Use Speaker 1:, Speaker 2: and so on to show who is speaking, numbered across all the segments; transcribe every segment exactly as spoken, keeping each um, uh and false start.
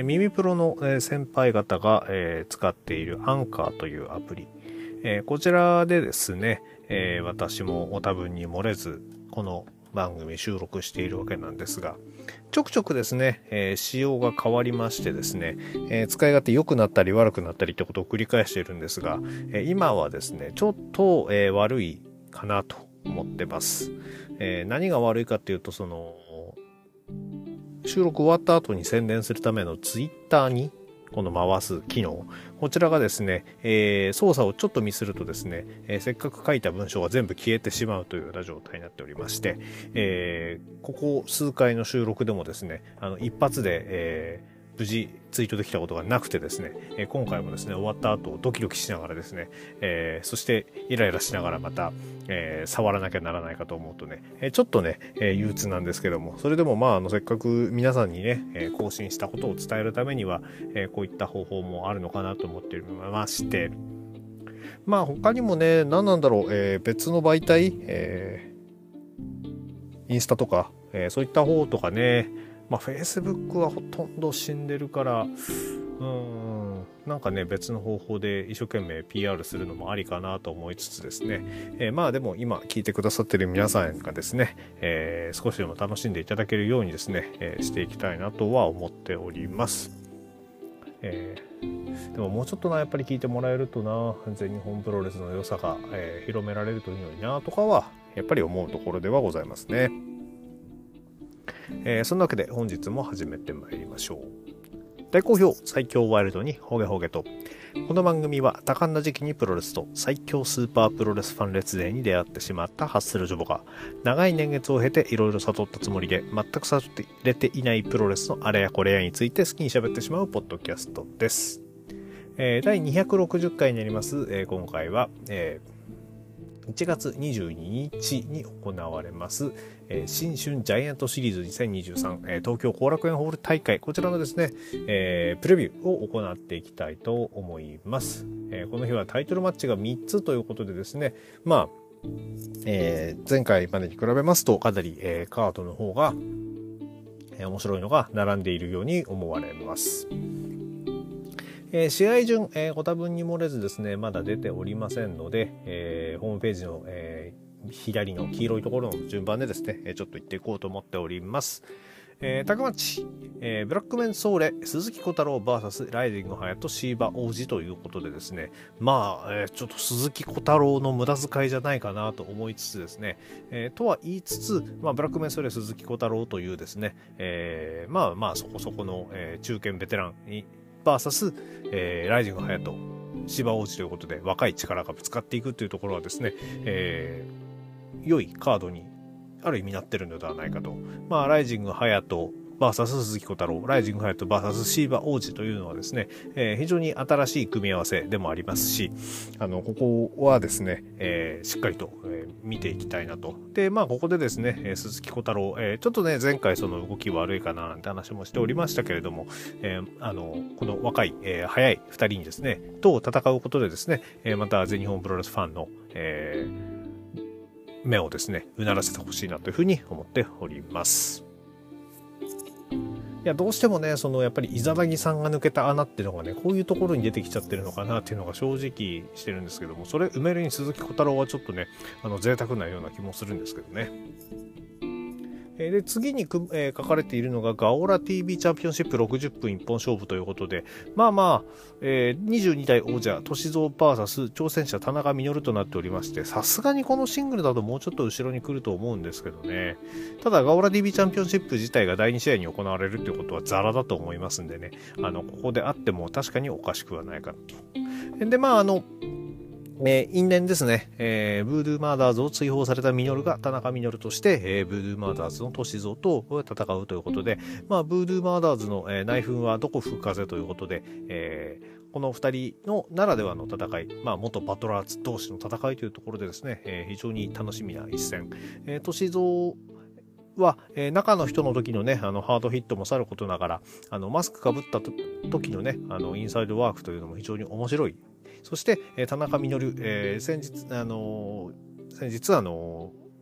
Speaker 1: 耳プロの、えー、先輩方が、えー、使っているアンカーというアプリ、えー、こちらでですね、えー、私もお多分に漏れずこの番組収録しているわけなんですが、ちょくちょくですね、えー、仕様が変わりましてですね、えー、使い勝手良くなったり悪くなったりってことを繰り返しているんですが、えー、今はですねちょっと、えー、悪いかなと思ってます。えー、何が悪いかっていうと、その収録終わった後に宣伝するためのツイッターにこの回す機能、こちらがですね、えー、操作をちょっとミスるとですね、えー、せっかく書いた文章が全部消えてしまうというような状態になっておりまして、えー、ここ数回の収録でもですね、あの一発で、えー無事ツイートできたことがなくてですね、えー、今回もですね終わった後ドキドキしながらですね、えー、そしてイライラしながらまた、えー、触らなきゃならないかと思うとね、えー、ちょっとね、えー、憂鬱なんですけども、それでもまああのせっかく皆さんにね、えー、更新したことを伝えるためには、えー、こういった方法もあるのかなと思っていまして、まあ他にもね、何なんだろう、えー、別の媒体、えー、インスタとか、えー、そういった方とかね、まあ、Facebook はほとんど死んでるから、うーん、なんかね、別の方法で一生懸命 ピーアール するのもありかなと思いつつですね、えー、まあでも今聞いてくださってる皆さんがですね、えー、少しでも楽しんでいただけるようにですね、えー、していきたいなとは思っております。えー、でももうちょっとな、やっぱり聞いてもらえるとな、全日本プロレスの良さが、えー、広められるといいのになとかは、やっぱり思うところではございますね。えー、そんなわけで本日も始めてまいりましょう。大好評最強ワイルドにホゲホゲと。この番組は多感な時期にプロレスと最強スーパープロレスファン列伝に出会ってしまったハッスルジョボが長い年月を経ていろいろ悟ったつもりで全く悟れていないプロレスのあれやこれやについて好きに喋ってしまうポッドキャストです。えー、だいにひゃくろくじゅっかいになります、えー、今回は、えーいちがつにじゅうににちに行われます、えー、新春ジャイアントシリーズにせんにじゅうさん、えー、東京後楽園ホール大会、こちらのですね、えー、プレビューを行っていきたいと思います。えー、この日はタイトルマッチがみっつということでですね、まあ、えー、前回までに比べますとかなり、えー、カードの方が、えー、面白いのが並んでいるように思われます。えー、試合順、えー、ご多分に漏れずですね、まだ出ておりませんので、えー、ホームページの、えー、左の黄色いところの順番でですね、ちょっと言っていこうと思っております。えー、タグマッチ、えー、ブラックメンソーレ鈴木小太郎 ブイエス ライジング隼人シーバ王子ということでですね、まあ、えー、ちょっと鈴木小太郎の無駄遣いじゃないかなと思いつつですね、えー、とは言いつつ、まあ、ブラックメンソーレ鈴木小太郎というですね、えー、まあまあそこそこの、えー、中堅ベテランにバーサス、えー、ライジング隼人芝王子ということで若い力がぶつかっていくというところはですね、えー、良いカードにある意味なってるのではないかと。まあライジング隼人バーサス鈴木小太郎、ライジング隼人バーサスシーバ王子というのはですね、えー、非常に新しい組み合わせでもありますし、あのここはですね、えー、しっかりと、えー、見ていきたいなと。で、まあここでですね、えー、鈴木小太郎、えー、ちょっとね前回その動き悪いかななんて話もしておりましたけれども、えー、あのこの若い、えー、早いふたりにですねと戦うことでですね、えー、また全日本プロレスファンの、えー、目をですねうならせてほしいなというふうに思っております。いやどうしてもね、そのやっぱりイザナギさんが抜けた穴っていうのがね、こういうところに出てきちゃってるのかなっていうのが正直してるんですけども、それ埋めるに鈴木小太郎はちょっとね、あの贅沢なような気もするんですけどね。で次にく、えー、書かれているのがガオラ ティービー チャンピオンシップろくじゅっぷん一本勝負ということで、まあまあ、えー、にじゅうにだい王者歳三 ブイエス 挑戦者田中稔となっておりまして、さすがにこのシングルだともうちょっと後ろに来ると思うんですけどね。ただガオラ ティービー チャンピオンシップ自体がだいに試合に行われるっていうことはザラだと思いますんでね、あのここであっても確かにおかしくはないかなと。でまああのえー、因縁ですね、えー、ブードゥーマーダーズを追放されたミノルが田中ミノルとして、えー、ブードゥーマーダーズの歳三と戦うということで、まあ、ブードゥーマーダーズの、えー、内紛はどこ吹く風ということで、えー、このふたりのならではの戦い、まあ、元バトラーズ同士の戦いというところでですね、えー、非常に楽しみな一戦。えー、歳三は、えー、中の人の時のね、あのハードヒットもさることながら、あのマスクかぶった時のね、あのインサイドワークというのも非常に面白い。そして、えー、田中稔、えー、先日、あのー、先日、あの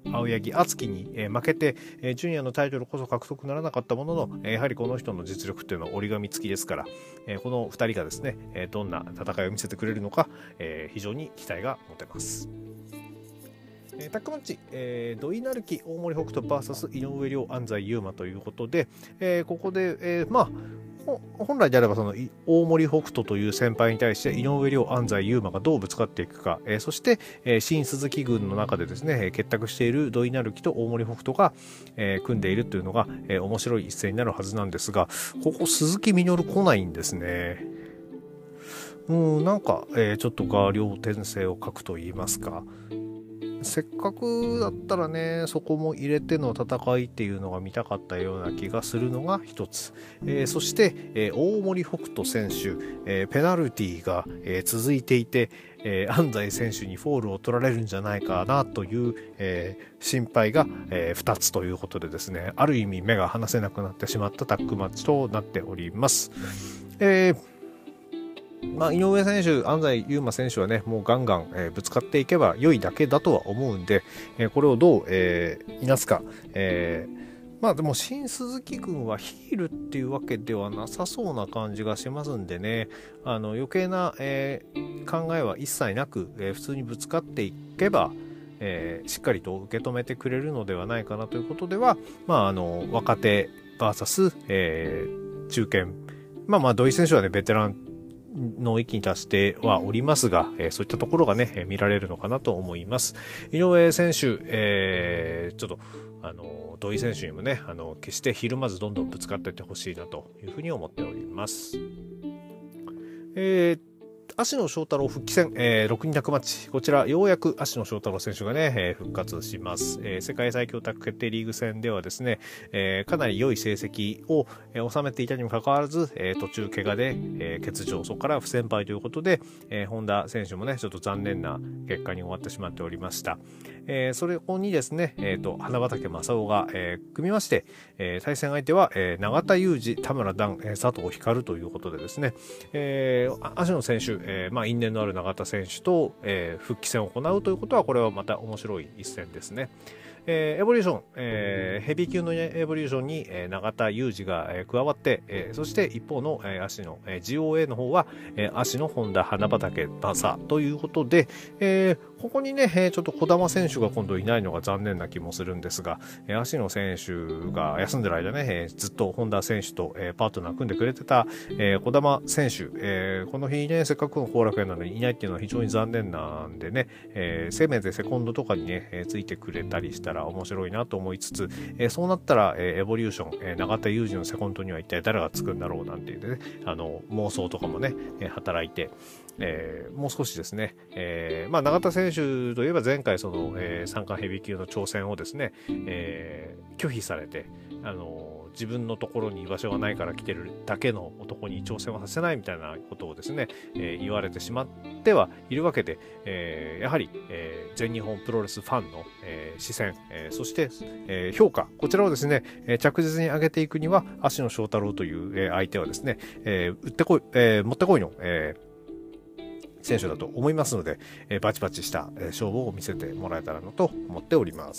Speaker 1: 青柳敦樹に、えー、負けて、えー、ジュニアのタイトルこそ獲得ならなかったものの、えー、やはりこの人の実力っていうのは折り紙付きですから、えー、このふたりがですね、えー、どんな戦いを見せてくれるのか、えー、非常に期待が持てます。えー、タッグマッチ、えー、土井成樹大森北斗 ブイエス 井上涼安西優真ということで、えー、ここで、えー、まあ本来であればその大森北斗という先輩に対して井上涼安西優真がどうぶつかっていくか、えー、そして、えー、新鈴木軍の中でですね結託している土井成樹と大森北斗が、えー、組んでいるというのが、えー、面白い一戦になるはずなんですが、ここ鈴木みのる来ないんですね。うんなんか、えー、ちょっと画量転生を書くと言いますか、せっかくだったらねそこも入れての戦いっていうのが見たかったような気がするのが一つ、えー、そして、えー、大森北斗選手、えー、ペナルティーが、えー、続いていて、えー、安西選手にフォールを取られるんじゃないかなという、えー、心配が、えー、ふたつということでですね、ある意味目が離せなくなってしまったタッグマッチとなっております。えーまあ、井上選手、安西優真選手はね、もうガンガン、えー、ぶつかっていけば良いだけだとは思うんで、えー、これをどう、えー、いなすか、えー、まあでも新鈴木軍はヒールっていうわけではなさそうな感じがしますんでね、あの余計な、えー、考えは一切なく、えー、普通にぶつかっていけば、えー、しっかりと受け止めてくれるのではないかなということでは、まあ、あの若手 ブイエス、えー、中堅、まあまあ土井選手はねベテランの域に達してはおりますが、えー、そういったところがね、えー、見られるのかなと思います。井上選手、えー、ちょっとあの土井選手にもね、あの決してひるまずどんどんぶつかっていってほしいなというふうに思っております。えー芦野翔太郎復帰戦、えー、ろくにんタッグマッチ。こちら、ようやく芦野翔太郎選手がね、えー、復活します、えー。世界最強タッグ決定リーグ戦ではですね、えー、かなり良い成績を、えー、収めていたにもかかわらず、えー、途中怪我で、えー、欠場、そこから不戦敗ということで、えー、本田選手もね、ちょっと残念な結果に終わってしまっておりました。えー、それにですね、えーと、花畑正雄が、えー、組みまして、えー、対戦相手は、えー、永田裕二、田村段、えー、佐藤光ということでですね、えー、芦野選手、えーまあ、因縁のある永田選手と、えー、復帰戦を行うということは、これはまた面白い一戦ですね。えー、エボリューション、えー、ヘビー級のエボリューションに、えー、永田裕二が、えー、加わって、えー、そして一方の、えー、芦野、えー、ジーオーエー の方は、えー、芦野本田花畑正ということで、えー、ここにね、えー、ちょっと児玉選手が今度いないのが残念な気もするんですが、えー、芦野選手が休んでる間ね、えー、ずっと本田選手と、えー、パートナー組んでくれてた、えー、児玉選手、えー、この日ね、せっかくの後楽園なのにいないっていうのは非常に残念なんでね、えー、せめてセコンドとかにね、えー、ついてくれたりしたら面白いなと思いつつ、えー、そうなったら、えー、エボリューション、えー、永田裕二のセコンドには一体誰がつくんだろうなんていうね、あの妄想とかもね、えー、働いて、えー、もう少しですね、えーまあ、永田選手といえば前回その、えー、三冠ヘビー級の挑戦をですね、えー、拒否されて、あのー自分のところに居場所がないから来てるだけの男に挑戦はさせないみたいなことをですね、えー、言われてしまってはいるわけで、えー、やはり、えー、全日本プロレスファンの、えー、視線、えー、そして、えー、評価、こちらをですね、えー、着実に上げていくには芦野翔太郎という、えー、相手はですね、えー、売ってこい、えー、持ってこいの、えー、選手だと思いますので、えー、バチバチした、えー、勝負を見せてもらえたらなと思っております。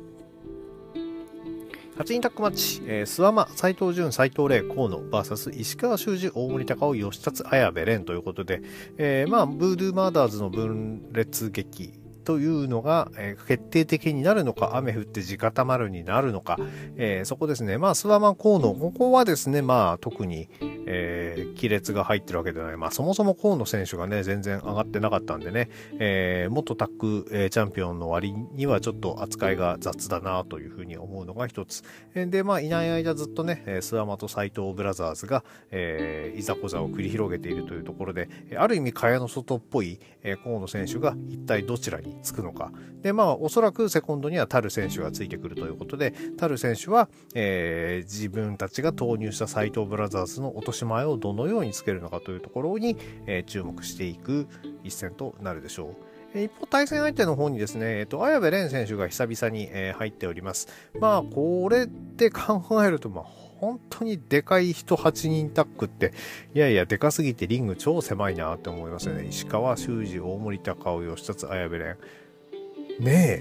Speaker 1: はちにんタッグマッチ、えー、諏訪間、斉藤潤、斉藤麗、河野 ブイエス 石川修司、大森高尾、吉達、綾部蓮ということで、えー、まあ、ブードゥーマーダーズの分裂劇というのが、えー、決定的になるのか、雨降って地固まるになるのか、えー、そこですね。まあ、諏訪間、河野、ここはですね、まあ、特に、えー、亀裂が入ってるわけではない。まあ、そもそも河野選手がね、全然上がってなかったんでね、えー、元タッグ、えー、チャンピオンの割にはちょっと扱いが雑だなというふうに思うのが一つ。で、まあ、いない間ずっとね、諏訪間と斉藤ブラザーズが、えー、いざこざを繰り広げているというところで、ある意味、蚊帳の外っぽい、えー、河野選手が一体どちらにつくのか。で、まあ、おそらくセコンドにはタル選手がついてくるということで、タル選手は、えー、自分たちが投入した斉藤ブラザーズの落とし前をどのようにつけるのかというところに、えー、注目していく一戦となるでしょう。一方、対戦相手の方にですね、えっと、綾部蓮選手が久々に、えー、入っております。まあ、これで考えると、まあ、本当にでかい人はちにんタッグって、いやいや、でかすぎてリング超狭いなって思いますよね。石川修司、大森高尾、吉達、綾部蓮。ねえ、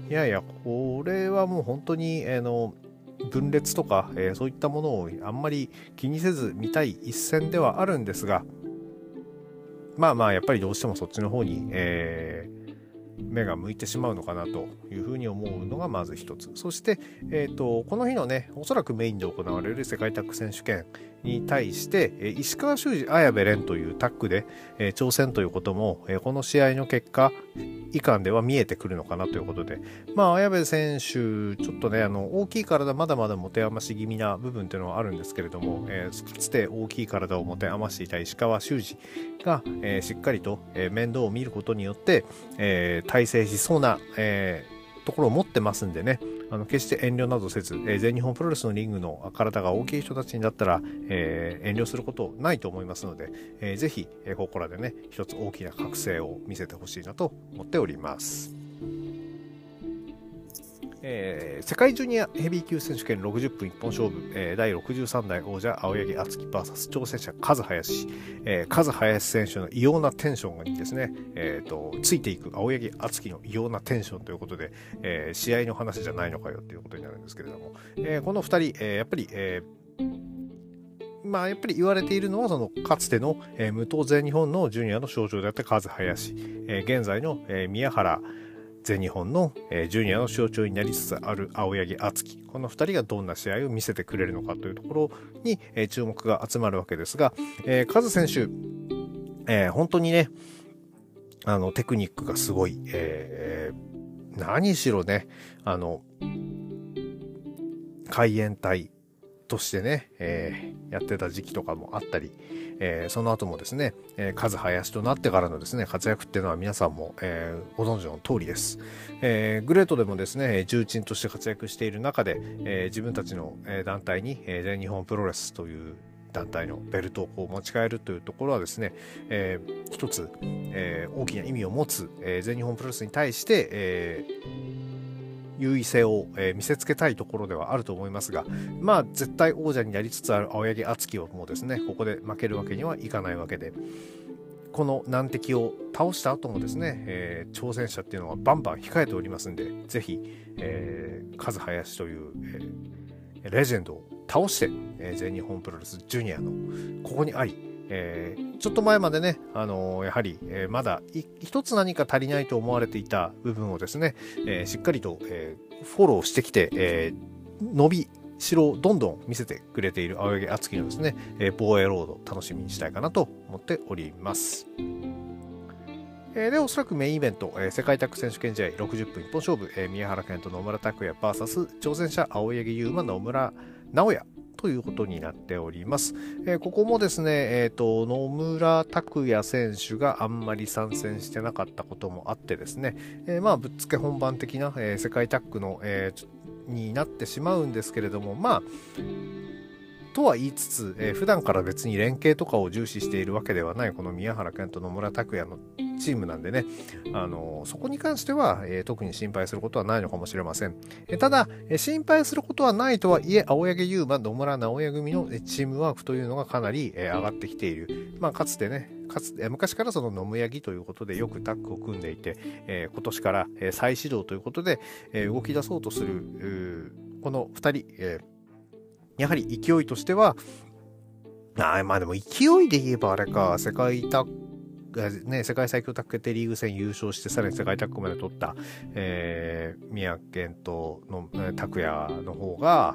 Speaker 1: いやいや、これはもう本当に、あの、分裂とか、えー、そういったものをあんまり気にせず見たい一戦ではあるんですが、まあまあ、やっぱりどうしてもそっちの方に、えー目が向いてしまうのかなというふうに思うのがまず一つ。そして、えーと、この日のね、おそらくメインで行われる世界タッグ選手権に対して、えー、石川修司、綾部蓮というタッグで、えー、挑戦ということも、えー、この試合の結果以下では見えてくるのかなということで、まあ、綾部選手、ちょっとね、あの大きい体、まだまだ持て余し気味な部分というのはあるんですけれども、えー、かつて大きい体を持て余していた石川修司が、えー、しっかりと、えー、面倒を見ることによって、えー、体制しそうな、えー、ところを持ってますんでね、あの決して遠慮などせず、えー、全日本プロレスのリングの体が大きい人たちにだったら、えー、遠慮することないと思いますので、えー、ぜひ、えー、ここらでね一つ大きな覚醒を見せてほしいなと思っております。えー、世界ジュニアヘビー級選手権ろくじゅっぷん一本勝負、えー、だいろくじゅうさんだい王者青柳敦樹 ブイエス 挑戦者カズハヤシ、えー、カズハヤシ選手の異様なテンションにですね、えー、とついていく青柳敦樹の異様なテンションということで、えー、試合の話じゃないのかよということになるんですけれども、えー、このふたり、えー、やっぱり、えーまあ、やっぱり言われているのはそのかつての、えー、無党全日本のジュニアの象徴であったカズハヤシ、えー、現在の、えー、宮原全日本の、えー、ジュニアの象徴になりつつある青柳敦樹、このふたりがどんな試合を見せてくれるのかというところに、えー、注目が集まるわけですが、えー、カズ選手、えー、本当にねあのテクニックがすごい、えー、何しろねあの海援隊としてね、えー、やってた時期とかもあったり、えー、その後もですね、えー、カズハヤシとなってからのですね活躍っていうのは皆さんも、えー、ご存知の通りです、えー、グレートでもですね重鎮として活躍している中で、えー、自分たちの団体に、えー、全日本プロレスという団体のベルトをこう持ち帰るというところはですね、えー、一つ、えー、大きな意味を持つ、えー、全日本プロレスに対して、えー優位性を、えー、見せつけたいところではあると思いますが、まあ絶対王者になりつつある青柳敦樹をもうですねここで負けるわけにはいかないわけで、この難敵を倒した後もですね、えー、挑戦者っていうのはバンバン控えておりますんで、ぜひ、えー、カズハヤシという、えー、レジェンドを倒して、えー、全日本プロレスジュニアのここにあり、えー、ちょっと前までね、あのー、やはり、えー、まだ一つ何か足りないと思われていた部分をですね、えー、しっかりと、えー、フォローしてきて、えー、伸びしろをどんどん見せてくれている青柳敦樹のですね、えー、防衛ロード楽しみにしたいかなと思っております。えー、でおそらくメインイベント、えー、世界タッグ選手権試合ろくじゅっぷん一本勝負、えー、宮原健人野村拓也 ブイエス 挑戦者青柳優馬野村直哉ということになっております。えー、ここもですね、えーと、野村拓也選手があんまり参戦してなかったこともあってですね、えー、まあぶっつけ本番的な、えー、世界タッグの、えー、になってしまうんですけれども、まあとは言いつつ、えー、普段から別に連携とかを重視しているわけではないこの宮原健と野村拓也のチームなんでね、あのー、そこに関しては、えー、特に心配することはないのかもしれません。えー、ただ、えー、心配することはないとはいえ、青柳優馬、野村直哉組のチームワークというのがかなり、えー、上がってきている。まあ、かつてね、かつて昔からその野村木ということでよくタッグを組んでいて、えー、今年から、えー、再始動ということで、えー、動き出そうとする、このふたり、えーやはり勢いとしては、あまあでも勢いで言えばあれか、世界タッグ、ね、世界最強タッグ決定リーグ戦優勝して、さらに世界タッグまで取った、えー、宮健との拓也の方が、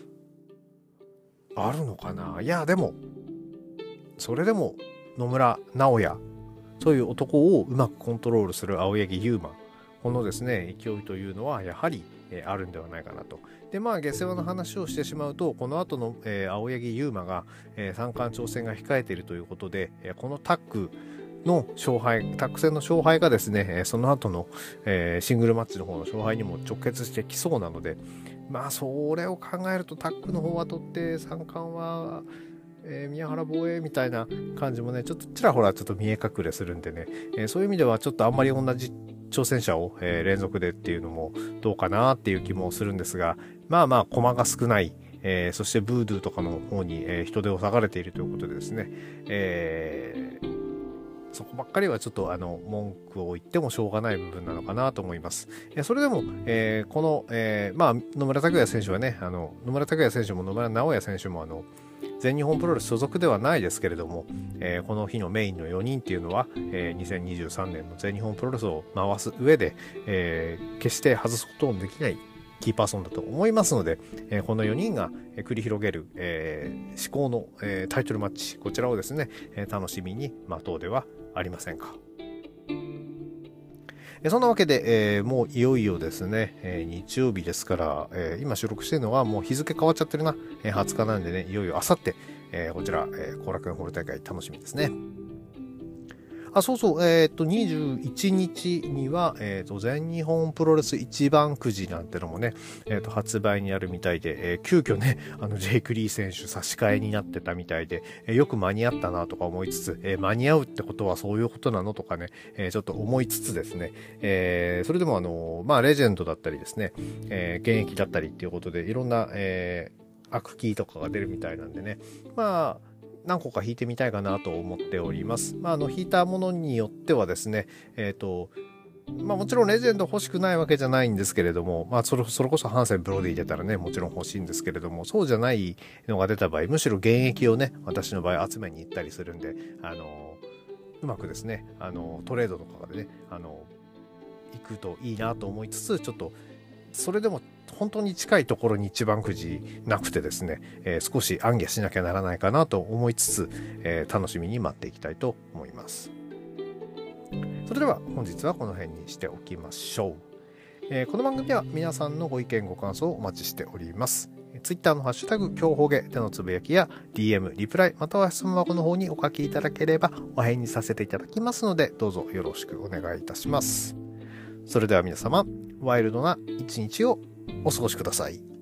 Speaker 1: あるのかな。いや、でも、それでも野村直哉、そういう男をうまくコントロールする青柳優馬、このですね、勢いというのは、やはり、えー、あるんではないかなと。でまあ下世話の話をしてしまうと、この後の、えー、青柳優馬が、えー、三冠挑戦が控えているということで、えー、このタッグの勝敗、タッグ戦の勝敗がですね、えー、その後の、えー、シングルマッチの方の勝敗にも直結してきそうなので、まあそれを考えるとタッグの方は取って三冠はえー、宮原防衛みたいな感じもね、ちょっとちらほらちょっと見え隠れするんでね、えー、そういう意味ではちょっとあんまり同じ挑戦者を、えー、連続でっていうのもどうかなっていう気もするんですが、まあまあ駒が少ない、えー、そしてブードゥーとかの方に、えー、人手を割かれているということでですね、えー、 そこばっかりはちょっとあの文句を言ってもしょうがない部分なのかなと思います。えそれでも、えー、この、えー、まあ野村拓也選手はね、あの野村拓也選手も野村直哉選手もあの全日本プロレス所属ではないですけれども、えー、この日のメインのよにんっていうのは、えー、にせんにじゅうさんねんの全日本プロレスを回す上で、えー、決して外すことのできないキーパーソンだと思いますので、えー、このよにんが繰り広げる、えー、至高の、えー、タイトルマッチ、こちらをですね、えー、楽しみに待とうではありませんか。えー、そんなわけで、えー、もういよいよですね、えー、日曜日ですから、えー、今収録しているのはもう日付変わっちゃってるな、えー、はつかなんでね、いよいよあさって、えー、こちら後、えー、楽園ホール大会楽しみですね。あ、そうそう、えっと、にじゅういちにちには、えっと、全日本プロレス一番くじなんてのもね、えっと、発売になるみたいで、えー、急遽ね、あの、ジェイク・リー選手差し替えになってたみたいで、えー、よく間に合ったなとか思いつつ、えー、間に合うってことはそういうことなのとかね、えー、ちょっと思いつつですね、えー、それでもあの、まあ、レジェンドだったりですね、えー、現役だったりっていうことで、いろんな、えー、アクキーとかが出るみたいなんでね、まあ、何個か引いてみたいかなと思っております。まあ、あの引いたものによってはですね、えっと、まあもちろんレジェンド欲しくないわけじゃないんですけれども、まあそれ、それこそハンセンブロディ出たらね、もちろん欲しいんですけれども、そうじゃないのが出た場合、むしろ現役をね、私の場合集めに行ったりするんで、あの、うまくですね、あの、トレードとかでね、あの、行くといいなと思いつつ、ちょっと、それでも本当に近いところに一番くじなくてですね、えー、少し暗記しなきゃならないかなと思いつつ、えー、楽しみに待っていきたいと思います。それでは本日はこの辺にしておきましょう。えー、この番組では皆さんのご意見ご感想をお待ちしております。Twitter のハッシュタグ今日ほげでのつぶやきや ディーエム、リプライまたは質問箱の方にお書きいただければお返事させていただきますので、どうぞよろしくお願いいたします。それでは皆様、ワイルドな一日をお過ごしください。